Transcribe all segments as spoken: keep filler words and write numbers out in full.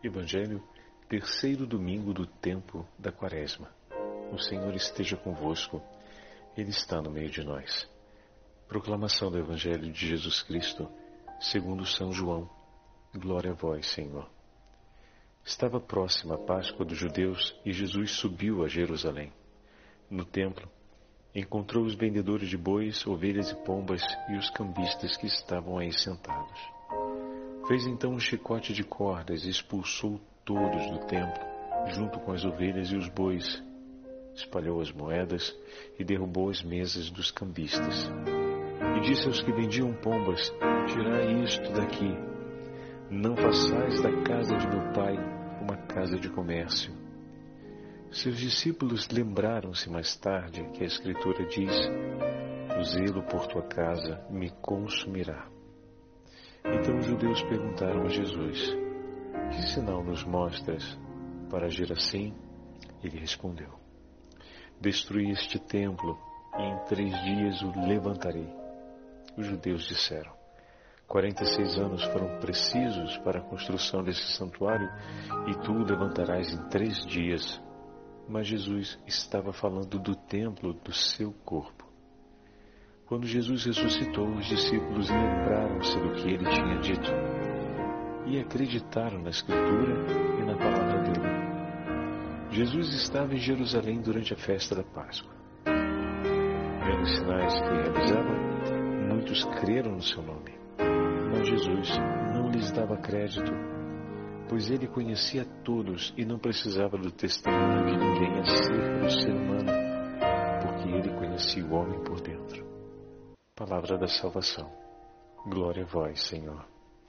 Evangelho, terceiro domingo do tempo da Quaresma. O Senhor esteja convosco, Ele está no meio de nós. Proclamação do Evangelho de Jesus Cristo, segundo São João. Glória a vós, Senhor. Estava próxima a Páscoa dos judeus e Jesus subiu a Jerusalém. No templo, encontrou os vendedores de bois, ovelhas e pombas e os cambistas que estavam aí sentados. Fez então um chicote de cordas e expulsou todos do templo, junto com as ovelhas e os bois. Espalhou as moedas e derrubou as mesas dos cambistas. E disse aos que vendiam pombas: tirai isto daqui. Não façais da casa de meu pai uma casa de comércio. Seus discípulos lembraram-se mais tarde que a Escritura diz: o zelo por tua casa me consumirá. Então os judeus perguntaram a Jesus: que sinal nos mostras para agir assim? Ele respondeu: destruí este templo e em três dias o levantarei. Os judeus disseram: quarenta e seis anos foram precisos para a construção desse santuário e tu o levantarás em três dias. Mas Jesus estava falando do templo do seu corpo. Quando Jesus ressuscitou, os discípulos lembraram-se do que ele tinha dito e acreditaram na Escritura e na palavra dele. Jesus estava em Jerusalém durante a festa da Páscoa. Vendo os sinais que realizava, muitos creram no seu nome. Mas Jesus não lhes dava crédito, pois ele conhecia todos e não precisava do testemunho de ninguém acerca do ser humano, porque ele conhecia o homem por dentro. Palavra da salvação. Glória a vós, Senhor.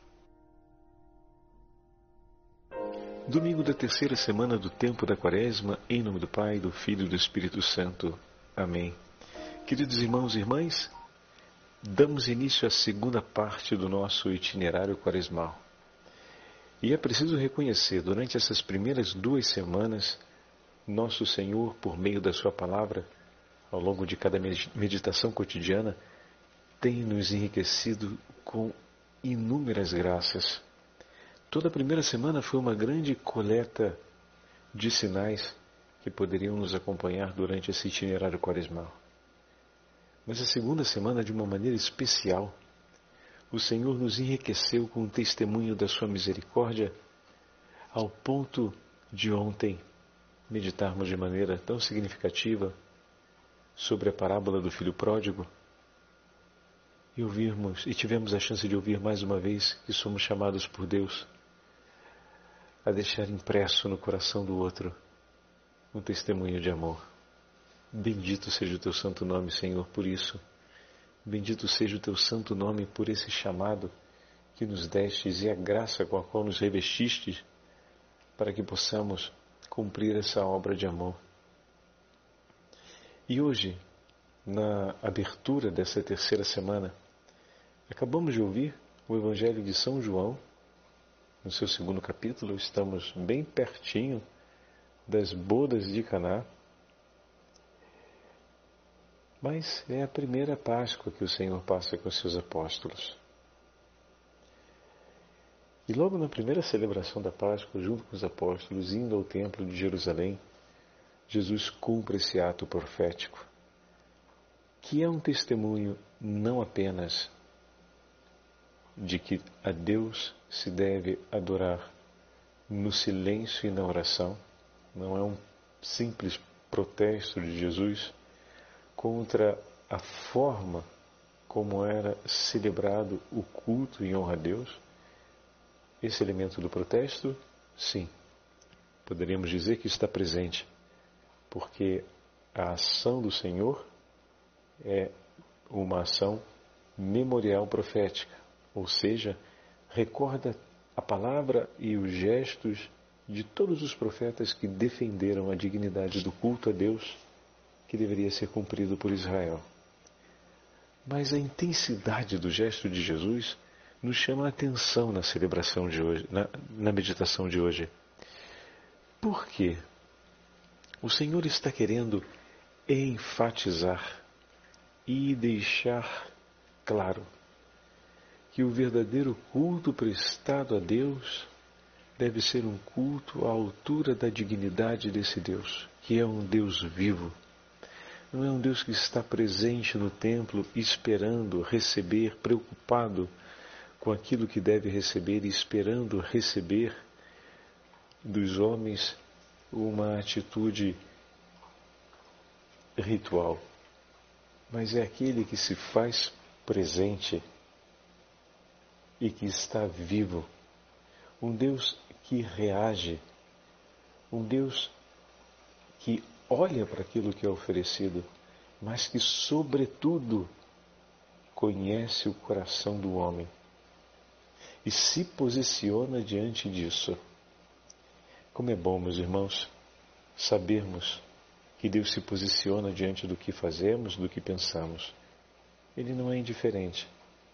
Domingo da terceira semana do tempo da Quaresma, em nome do Pai, do Filho e do Espírito Santo. Amém. Queridos irmãos e irmãs, damos início à segunda parte do nosso itinerário quaresmal. E é preciso reconhecer, durante essas primeiras duas semanas, nosso Senhor, por meio da sua palavra, ao longo de cada meditação cotidiana, tem nos enriquecido com inúmeras graças. Toda a primeira semana foi uma grande coleta de sinais que poderiam nos acompanhar durante esse itinerário quaresmal. Mas a segunda semana, de uma maneira especial, o Senhor nos enriqueceu com o testemunho da sua misericórdia, ao ponto de ontem meditarmos de maneira tão significativa sobre a parábola do filho pródigo e ouvirmos, e tivemos a chance de ouvir mais uma vez que somos chamados por Deus a deixar impresso no coração do outro um testemunho de amor. Bendito seja o teu santo nome, Senhor, por isso. Bendito seja o teu santo nome por esse chamado que nos destes e a graça com a qual nos revestistes para que possamos cumprir essa obra de amor. E hoje, na abertura dessa terceira semana, acabamos de ouvir o Evangelho de São João, no seu segundo capítulo. Estamos bem pertinho das bodas de Caná. Mas é a primeira Páscoa que o Senhor passa com os seus apóstolos. E logo na primeira celebração da Páscoa, junto com os apóstolos, indo ao templo de Jerusalém, Jesus cumpre esse ato profético, que é um testemunho não apenas de que a Deus se deve adorar no silêncio e na oração, não é um simples protesto de Jesus contra a forma como era celebrado o culto em honra a Deus. Esse elemento do protesto, sim, poderíamos dizer que está presente, porque a ação do Senhor é uma ação memorial profética, ou seja, recorda a palavra e os gestos de todos os profetas que defenderam a dignidade do culto a Deus que deveria ser cumprido por Israel. Mas a intensidade do gesto de Jesus nos chama a atenção na celebração de hoje, na, na meditação de hoje. Por quê? O Senhor está querendo enfatizar e deixar claro que o verdadeiro culto prestado a Deus deve ser um culto à altura da dignidade desse Deus, que é um Deus vivo. Não é um Deus que está presente no templo, esperando receber, preocupado com aquilo que deve receber e esperando receber dos homens uma atitude ritual. Mas é aquele que se faz presente e que está vivo. Um Deus que reage, um Deus que olha para aquilo que é oferecido, mas que, sobretudo, conhece o coração do homem e se posiciona diante disso. Como é bom, meus irmãos, sabermos que Deus se posiciona diante do que fazemos, do que pensamos. Ele não é indiferente.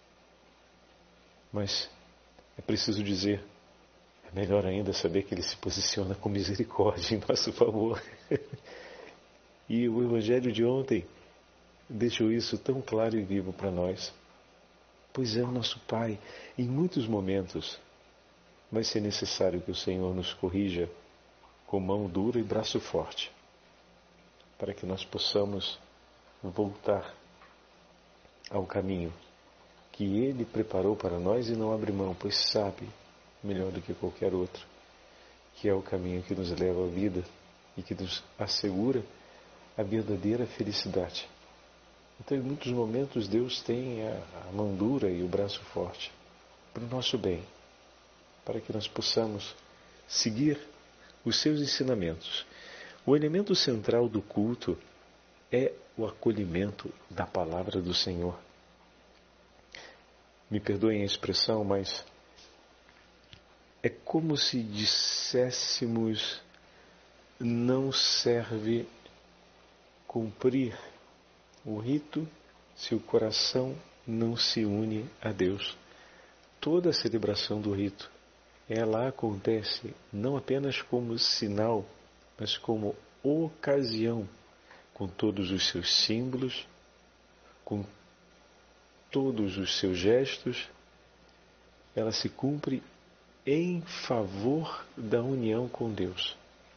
Mas é preciso dizer, é melhor ainda saber que Ele se posiciona com misericórdia em nosso favor. E o Evangelho de ontem deixou isso tão claro e vivo para nós. Pois é o nosso Pai. Em muitos momentos vai ser necessário que o Senhor nos corrija com mão dura e braço forte, para que nós possamos voltar ao caminho que Ele preparou para nós e não abre mão, pois sabe, melhor do que qualquer outro, que é o caminho que nos leva à vida e que nos assegura a verdadeira felicidade. Então, em muitos momentos, Deus tem a, a mão dura e o braço forte para o nosso bem, para que nós possamos seguir os seus ensinamentos. O elemento central do culto é o acolhimento da palavra do Senhor. Me perdoem a expressão, mas é como se disséssemos: não serve cumprir o rito se o coração não se une a Deus. Toda a celebração do rito, ela acontece não apenas como sinal, mas como ocasião, com todos os seus símbolos, com todos os seus gestos. Ela se cumpre em favor da união com Deus.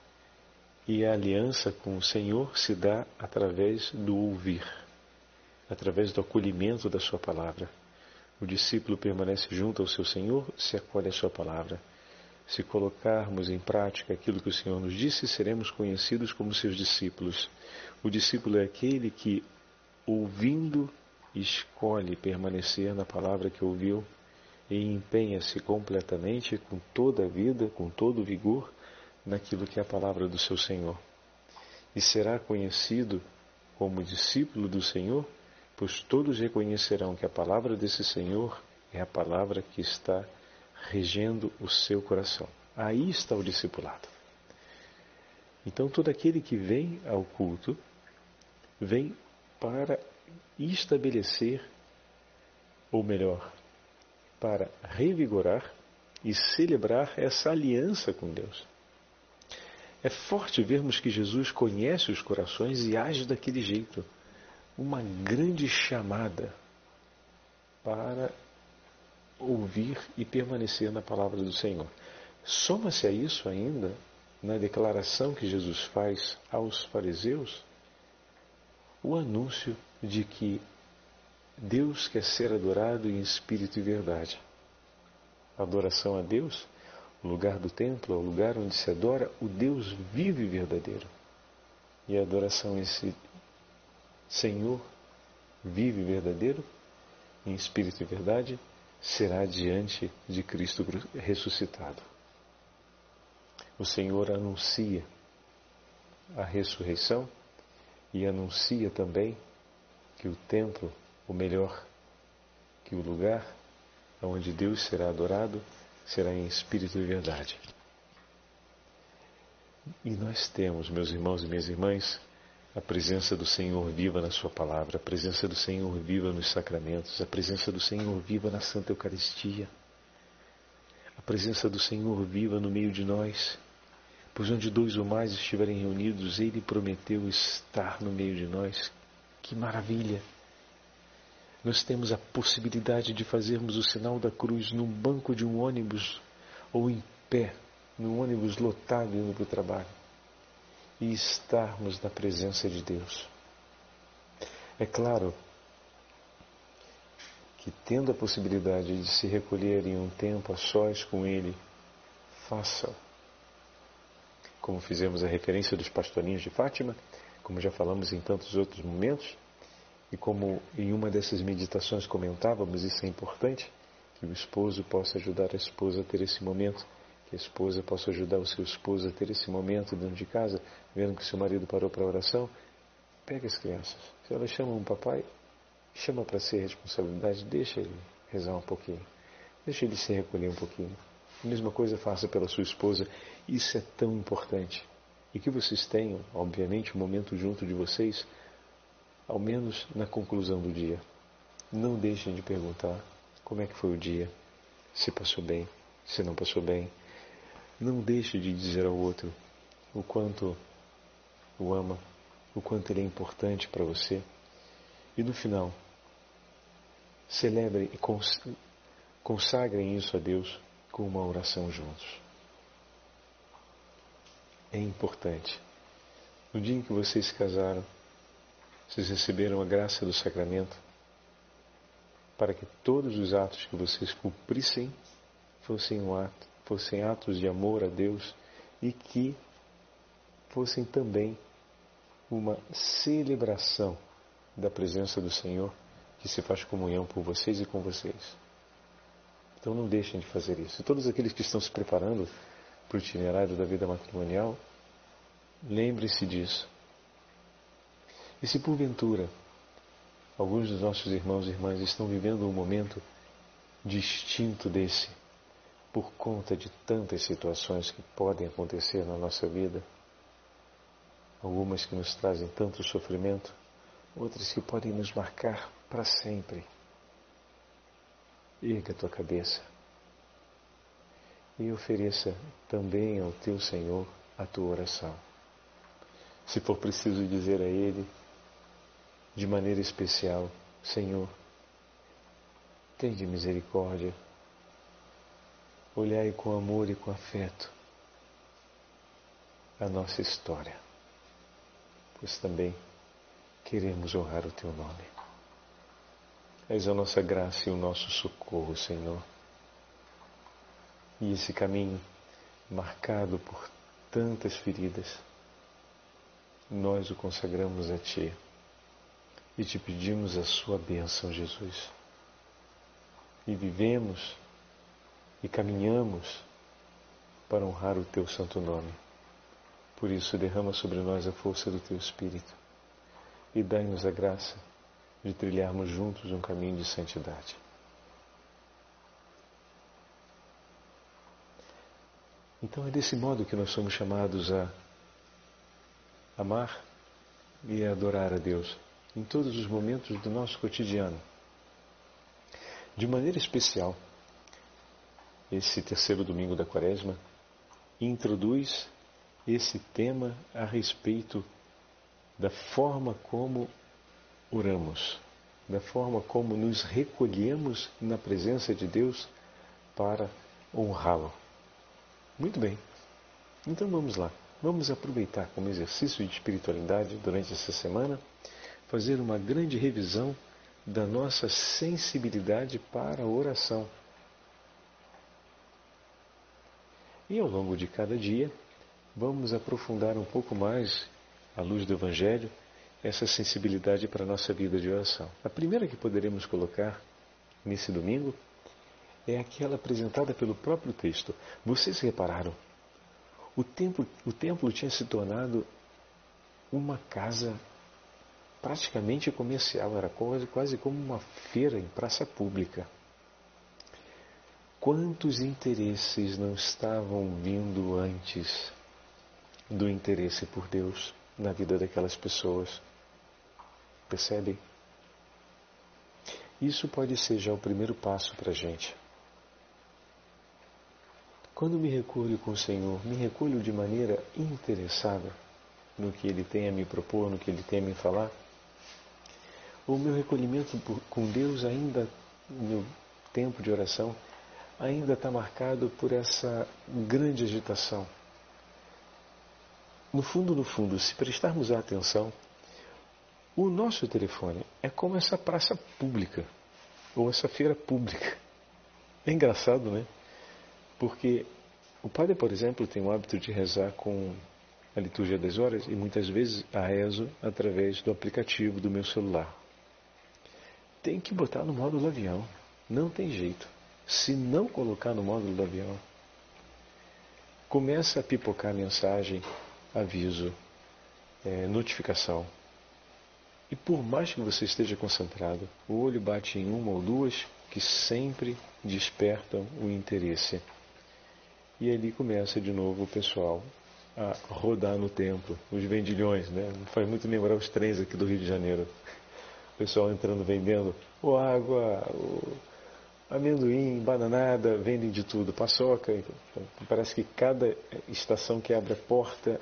E a aliança com o Senhor se dá através do ouvir, através do acolhimento da sua palavra. O discípulo permanece junto ao seu Senhor, se acolhe a sua palavra. Se colocarmos em prática aquilo que o Senhor nos disse, seremos conhecidos como seus discípulos. O discípulo é aquele que, ouvindo, escolhe permanecer na palavra que ouviu e empenha-se completamente, com toda a vida, com todo o vigor, naquilo que é a palavra do seu Senhor. E será conhecido como discípulo do Senhor, pois todos reconhecerão que a palavra desse Senhor é a palavra que está regendo o seu coração. Aí está o discipulado. Então, todo aquele que vem ao culto, vem para estabelecer, ou melhor, para revigorar e celebrar essa aliança com Deus. É forte vermos que Jesus conhece os corações e age daquele jeito. Uma grande chamada para ouvir e permanecer na palavra do Senhor. Soma-se a isso ainda, na declaração que Jesus faz aos fariseus, o anúncio de que Deus quer ser adorado em espírito e verdade. A adoração a Deus, o lugar do templo, é o lugar onde se adora o Deus vivo e verdadeiro. E a adoração a esse Senhor vivo e verdadeiro, em espírito e verdade, será diante de Cristo ressuscitado. O Senhor anuncia a ressurreição e anuncia também que o templo, ou melhor, que o lugar onde Deus será adorado, será em espírito e verdade. E nós temos, meus irmãos e minhas irmãs, a presença do Senhor viva na sua palavra, a presença do Senhor viva nos sacramentos, a presença do Senhor viva na Santa Eucaristia, a presença do Senhor viva no meio de nós, pois onde dois ou mais estiverem reunidos, Ele prometeu estar no meio de nós. Que maravilha! Nós temos a possibilidade de fazermos o sinal da cruz num banco de um ônibus ou em pé no ônibus lotado indo para o trabalho e estarmos na presença de Deus. É claro que, tendo a possibilidade de se recolher em um tempo a sós com Ele, faça-o. Como fizemos a referência dos pastorinhos de Fátima, como já falamos em tantos outros momentos, e como em uma dessas meditações comentávamos, isso é importante, que o esposo possa ajudar a esposa a ter esse momento, que a esposa possa ajudar o seu esposo a ter esse momento dentro de casa, vendo que seu marido parou para a oração. Pega as crianças. Se elas chamam o papai, chama para si a responsabilidade, deixa ele rezar um pouquinho. Deixa ele se recolher um pouquinho. A mesma coisa faça pela sua esposa. Isso é tão importante. E que vocês tenham, obviamente, um momento junto de vocês, ao menos na conclusão do dia. Não deixem de perguntar como é que foi o dia, se passou bem, se não passou bem. Não deixe de dizer ao outro o quanto o ama, o quanto ele é importante para você. E no final, celebrem e consagrem isso a Deus com uma oração juntos. É importante. No dia em que vocês se casaram, vocês receberam a graça do sacramento para que todos os atos que vocês cumprissem fossem, um ato, fossem atos de amor a Deus e que fossem também uma celebração da presença do Senhor que se faz comunhão por vocês e com vocês. Então não deixem de fazer isso. E todos aqueles que estão se preparando para o itinerário da vida matrimonial, lembre-se disso. E se porventura alguns dos nossos irmãos e irmãs estão vivendo um momento distinto desse, por conta de tantas situações que podem acontecer na nossa vida, algumas que nos trazem tanto sofrimento, outras que podem nos marcar para sempre. Erga a tua cabeça e ofereça também ao teu Senhor a tua oração. Se for preciso dizer a Ele, de maneira especial, Senhor, tende misericórdia, olhai com amor e com afeto a nossa história, pois também queremos honrar o Teu nome. És a nossa graça e o nosso socorro, Senhor. E esse caminho, marcado por tantas feridas, nós o consagramos a Ti e Te pedimos a Sua bênção, Jesus. E vivemos e caminhamos para honrar o Teu santo nome. Por isso, derrama sobre nós a força do Teu Espírito e dai-nos a graça de trilharmos juntos um caminho de santidade. Então é desse modo que nós somos chamados a amar e a adorar a Deus em todos os momentos do nosso cotidiano. De maneira especial, esse terceiro domingo da Quaresma introduz esse tema a respeito da forma como oramos, da forma como nos recolhemos na presença de Deus para honrá-lo. Muito bem, então vamos lá. Vamos aproveitar como exercício de espiritualidade durante essa semana, fazer uma grande revisão da nossa sensibilidade para a oração. E ao longo de cada dia, vamos aprofundar um pouco mais, à luz do Evangelho, essa sensibilidade para a nossa vida de oração. A primeira que poderemos colocar nesse domingo é aquela apresentada pelo próprio texto. Vocês repararam? O templo, o templo tinha se tornado uma casa praticamente comercial, era quase, quase como uma feira em praça pública. Quantos interesses não estavam vindo antes do interesse por Deus na vida daquelas pessoas? Percebem? Isso pode ser já o primeiro passo para a gente. Quando me recolho com o Senhor, me recolho de maneira interessada no que Ele tem a me propor, no que Ele tem a me falar? Ou o meu recolhimento com Deus ainda no tempo de oração ainda está marcado por essa grande agitação. No fundo, no fundo, se prestarmos atenção, o nosso telefone é como essa praça pública, ou essa feira pública. É engraçado, né? Porque o padre, por exemplo, tem o hábito de rezar com a liturgia das horas, e muitas vezes a rezo através do aplicativo do meu celular. Tem que botar no módulo avião, não tem jeito. Se não colocar no módulo do avião, começa a pipocar mensagem, aviso, é, notificação. E por mais que você esteja concentrado, o olho bate em uma ou duas que sempre despertam o interesse. E ali começa de novo o pessoal a rodar no templo, os vendilhões, né? Faz muito lembrar os trens aqui do Rio de Janeiro. O pessoal entrando vendendo o água, o amendoim, bananada, vendem de tudo, paçoca. Então, parece que cada estação que abre a porta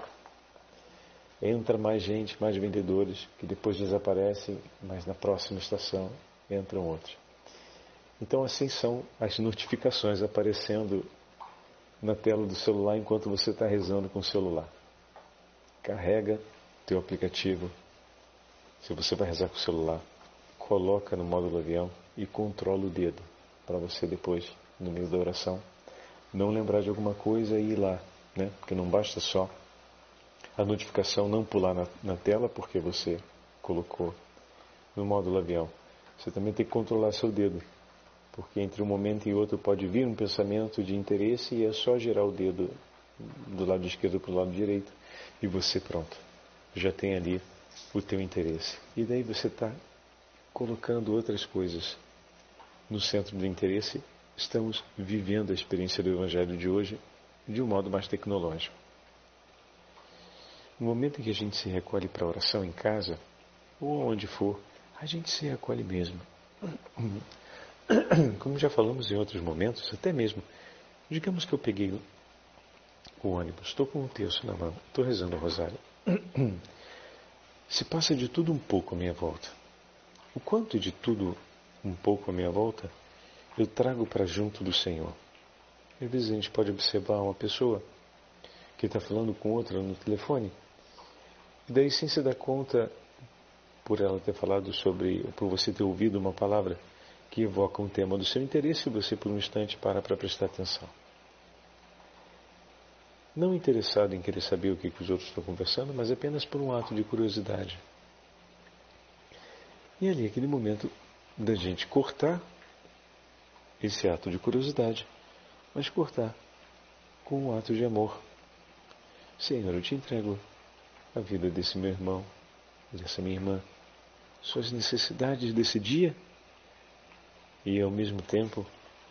entra mais gente, mais vendedores, que depois desaparecem, mas na próxima estação entram outros. Então assim são as notificações aparecendo na tela do celular enquanto você está rezando com o celular. Carrega teu aplicativo. Se você vai rezar com o celular, coloca no módulo avião e controla o dedo, para você depois, no meio da oração, não lembrar de alguma coisa e ir lá, né? Porque não basta só a notificação não pular na, na tela porque você colocou no módulo avião. Você também tem que controlar seu dedo, porque entre um momento e outro pode vir um pensamento de interesse e é só girar o dedo do lado esquerdo para o lado direito e você pronto, já tem ali o teu interesse. E daí você está colocando outras coisas no centro do interesse. Estamos vivendo a experiência do Evangelho de hoje de um modo mais tecnológico. No momento em que a gente se recolhe para a oração em casa, ou onde for, a gente se recolhe mesmo. Como já falamos em outros momentos, até mesmo, digamos que eu peguei o ônibus, estou com um terço na mão, estou rezando o rosário. Se passa de tudo um pouco à minha volta. O quanto de tudo um pouco à minha volta eu trago para junto do Senhor. Às vezes a gente pode observar uma pessoa que está falando com outra no telefone, e daí sem se dar conta, por ela ter falado sobre, por você ter ouvido uma palavra que evoca um tema do seu interesse, você por um instante para para prestar atenção. Não interessado em querer saber o que, que os outros estão conversando, mas apenas por um ato de curiosidade. E ali, aquele momento da gente cortar esse ato de curiosidade, mas cortar com um ato de amor. Senhor, eu te entrego a vida desse meu irmão, dessa minha irmã, suas necessidades desse dia, e ao mesmo tempo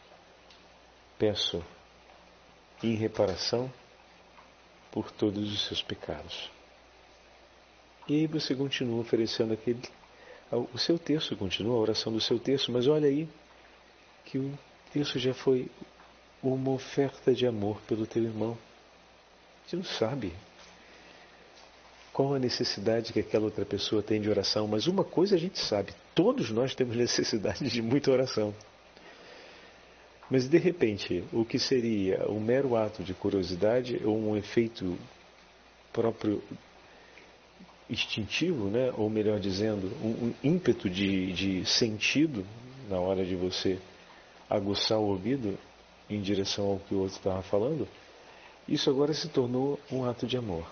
peço em reparação por todos os seus pecados. E aí você continua oferecendo aquele, o seu terço, continua a oração do seu terço, mas olha aí que o terço já foi uma oferta de amor pelo teu irmão. Você não sabe qual a necessidade que aquela outra pessoa tem de oração, mas uma coisa a gente sabe, todos nós temos necessidade de muita oração. Mas de repente, o que seria um mero ato de curiosidade ou um efeito próprio instintivo, né? Ou melhor dizendo, um, um ímpeto de, de sentido na hora de você aguçar o ouvido em direção ao que o outro estava falando, isso agora se tornou um ato de amor.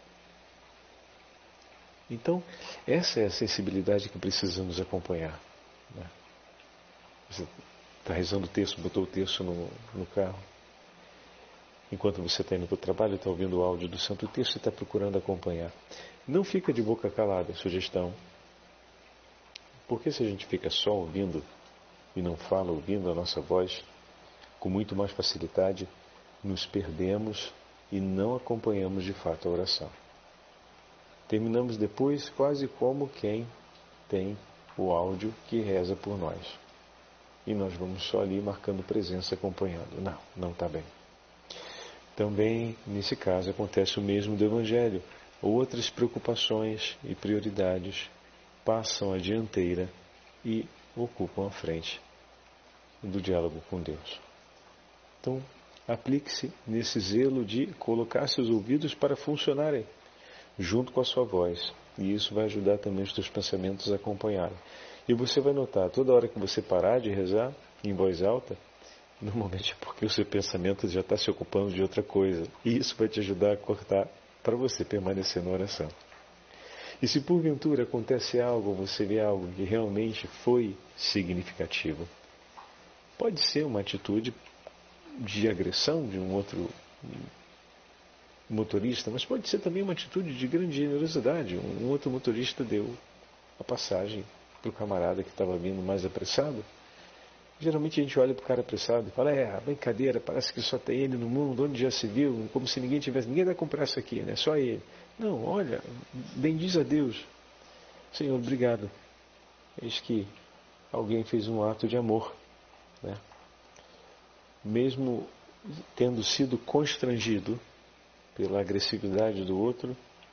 Então, essa é a sensibilidade que precisamos acompanhar. Né? Você está rezando o texto, botou o texto no, no carro. Enquanto você está indo para o trabalho, está ouvindo o áudio do Santo Texto e está procurando acompanhar. Não fica de boca calada, sugestão. Porque se a gente fica só ouvindo e não fala ouvindo a nossa voz, com muito mais facilidade, nos perdemos e não acompanhamos de fato a oração. Terminamos depois quase como quem tem o áudio que reza por nós. E nós vamos só ali marcando presença, acompanhando. Não, não está bem. Também, nesse caso, acontece o mesmo do Evangelho. Outras preocupações e prioridades passam a dianteira e ocupam a frente do diálogo com Deus. Então, aplique-se nesse zelo de colocar seus ouvidos para funcionarem junto com a sua voz. E isso vai ajudar também os teus pensamentos a acompanharem. E você vai notar, toda hora que você parar de rezar em voz alta, normalmente é porque o seu pensamento já está se ocupando de outra coisa. E isso vai te ajudar a cortar para você permanecer na oração. E se porventura acontece algo, você vê algo que realmente foi significativo, pode ser uma atitude de agressão de um outro motorista, mas pode ser também uma atitude de grande generosidade. Um outro motorista deu a passagem para o camarada que estava vindo mais apressado. Geralmente a gente olha para o cara apressado e fala, é, brincadeira, parece que só tem ele no mundo, onde já se viu, como se ninguém tivesse, ninguém vai com pressa aqui, né? Só ele. Não, olha, bendiz a Deus. Senhor, obrigado. Eis que alguém fez um ato de amor, né? Mesmo tendo sido constrangido pela agressividade do outro,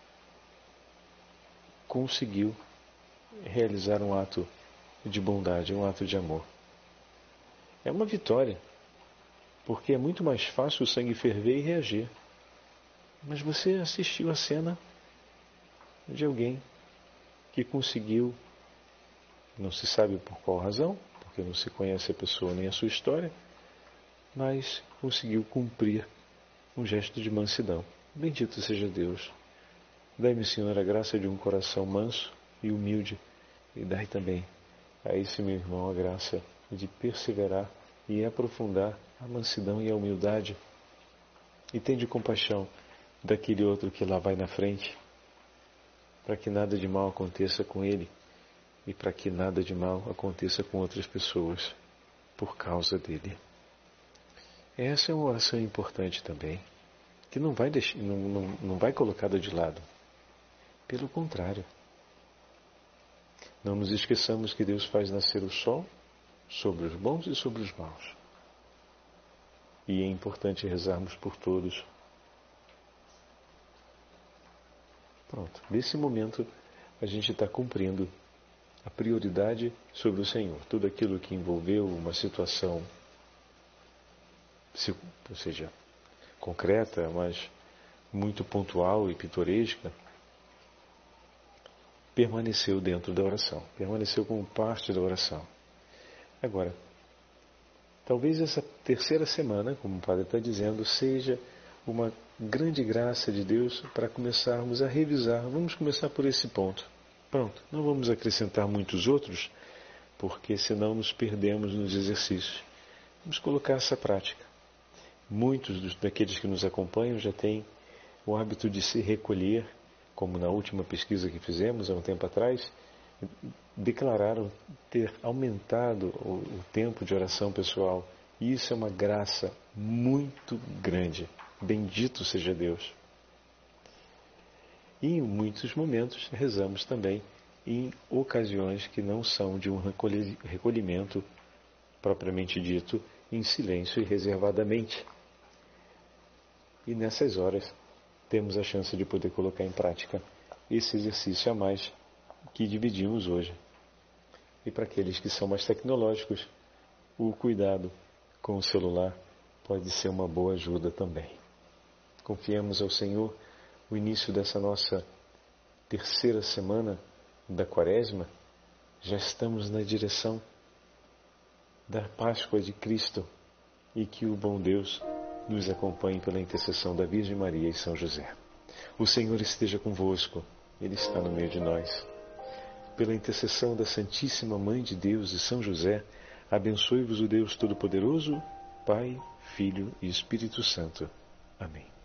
conseguiu realizar um ato de bondade, um ato de amor. É uma vitória, porque é muito mais fácil o sangue ferver e reagir. Mas você assistiu a cena de alguém que conseguiu, não se sabe por qual razão, porque não se conhece a pessoa nem a sua história, mas conseguiu cumprir um gesto de mansidão. Bendito seja Deus. Dai-me, Senhor, a graça de um coração manso e humilde, e dai também a esse meu irmão a graça de perseverar e aprofundar a mansidão e a humildade. E tende compaixão daquele outro que lá vai na frente, para que nada de mal aconteça com ele e para que nada de mal aconteça com outras pessoas por causa dele. Essa é uma oração importante também, que não vai, deixar, não, não, não vai colocada de lado. Pelo contrário. Não nos esqueçamos que Deus faz nascer o sol sobre os bons e sobre os maus. E é importante rezarmos por todos. Pronto. Nesse momento, a gente está cumprindo a prioridade sobre o Senhor. Tudo aquilo que envolveu uma situação, ou seja, concreta, mas muito pontual e pitoresca, permaneceu dentro da oração, permaneceu como parte da oração. Agora, talvez essa terceira semana, como o Padre está dizendo, seja uma grande graça de Deus para começarmos a revisar. Vamos começar por esse ponto. Pronto, não vamos acrescentar muitos outros, porque senão nos perdemos nos exercícios. Vamos colocar essa prática. Muitos dos, daqueles que nos acompanham já têm o hábito de se recolher, como na última pesquisa que fizemos há um tempo atrás, declararam ter aumentado o, o tempo de oração pessoal. E isso é uma graça muito grande. Bendito seja Deus. E em muitos momentos rezamos também em ocasiões que não são de um recolhimento propriamente dito, em silêncio e reservadamente. E nessas horas temos a chance de poder colocar em prática esse exercício a mais que dividimos hoje. E para aqueles que são mais tecnológicos, o cuidado com o celular pode ser uma boa ajuda também. Confiemos ao Senhor o início dessa nossa terceira semana da Quaresma. Já estamos na direção da Páscoa de Cristo e que o bom Deus nos acompanhe pela intercessão da Virgem Maria e São José. O Senhor esteja convosco, Ele está no meio de nós. Pela intercessão da Santíssima Mãe de Deus e São José, abençoe-vos o Deus Todo-Poderoso, Pai, Filho e Espírito Santo. Amém.